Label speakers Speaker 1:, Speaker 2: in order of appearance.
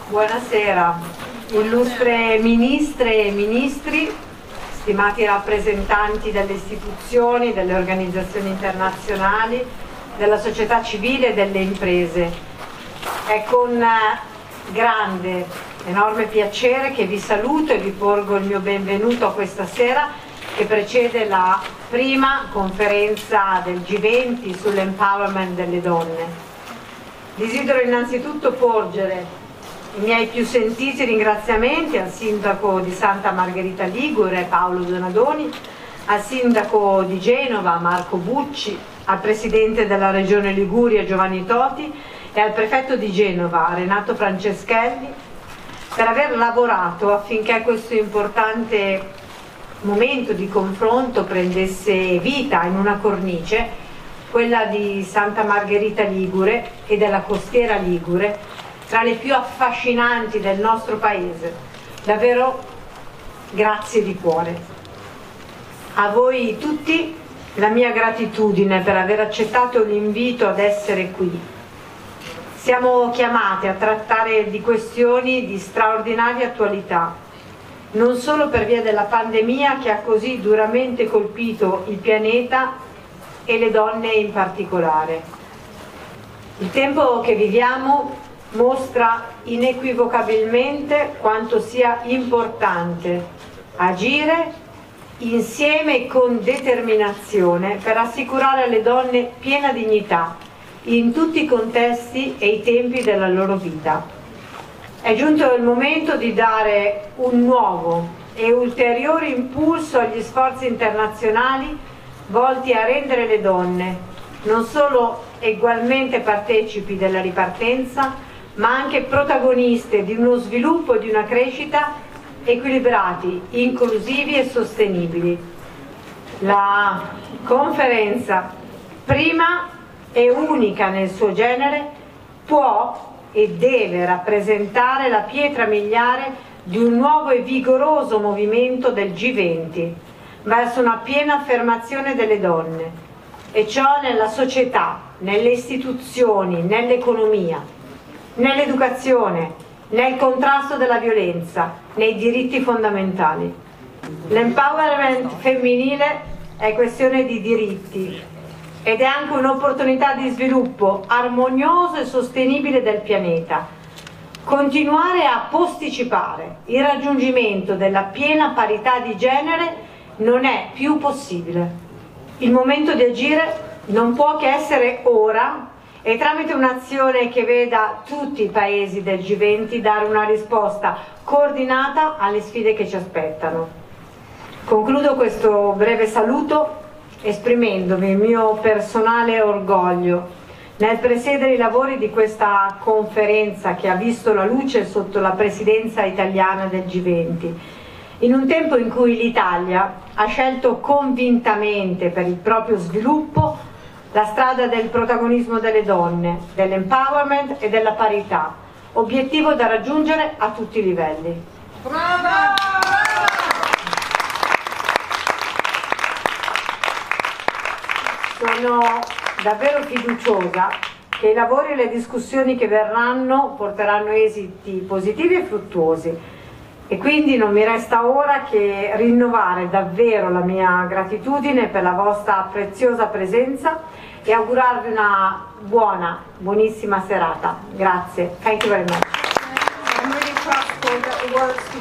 Speaker 1: Buonasera, illustre ministre e ministri, stimati rappresentanti delle istituzioni, delle organizzazioni internazionali, della società civile e delle imprese. È con grande, enorme piacere che vi saluto e vi porgo il mio benvenuto a questa sera che precede la prima conferenza del G20 sull'empowerment delle donne. Desidero innanzitutto porgere i miei più sentiti ringraziamenti al sindaco di Santa Margherita Ligure, Paolo Donadoni, al sindaco di Genova, Marco Bucci, al presidente della regione Liguria, Giovanni Toti, e al prefetto di Genova, Renato Franceschelli, per aver lavorato affinché questo importante momento di confronto prendesse vita in una cornice, quella di Santa Margherita Ligure e della costiera Ligure, tra le più affascinanti del nostro paese. Davvero grazie di cuore. A voi tutti la mia gratitudine per aver accettato l'invito ad essere qui. Siamo chiamati a trattare di questioni di straordinaria attualità, non solo per via della pandemia che ha così duramente colpito il pianeta e le donne in particolare. Il tempo che viviamo mostra inequivocabilmente quanto sia importante agire insieme e con determinazione per assicurare alle donne piena dignità in tutti i contesti e i tempi della loro vita. È giunto il momento di dare un nuovo e ulteriore impulso agli sforzi internazionali volti a rendere le donne non solo egualmente partecipi della ripartenza, ma anche protagoniste di uno sviluppo e di una crescita equilibrati, inclusivi e sostenibili. La conferenza, prima e unica nel suo genere, può e deve rappresentare la pietra miliare di un nuovo e vigoroso movimento del G20 verso una piena affermazione delle donne, e ciò nella società, nelle istituzioni, nell'economia, nell'educazione, nel contrasto della violenza, nei diritti fondamentali. L'empowerment femminile è questione di diritti ed è anche un'opportunità di sviluppo armonioso e sostenibile del pianeta. Continuare a posticipare il raggiungimento della piena parità di genere non è più possibile. Il momento di agire non può che essere ora, e tramite un'azione che veda tutti i paesi del G20 dare una risposta coordinata alle sfide che ci aspettano. Concludo questo breve saluto esprimendovi il mio personale orgoglio nel presiedere i lavori di questa conferenza che ha visto la luce sotto la presidenza italiana del G20, in un tempo in cui l'Italia ha scelto convintamente per il proprio sviluppo la strada del protagonismo delle donne, dell'empowerment e della parità, obiettivo da raggiungere a tutti i livelli. Brava! Sono davvero fiduciosa che i lavori e le discussioni che verranno porteranno esiti positivi e fruttuosi, e quindi non mi resta ora che rinnovare davvero la mia gratitudine per la vostra preziosa presenza e augurarvi una buonissima serata. Grazie. Thank you very much.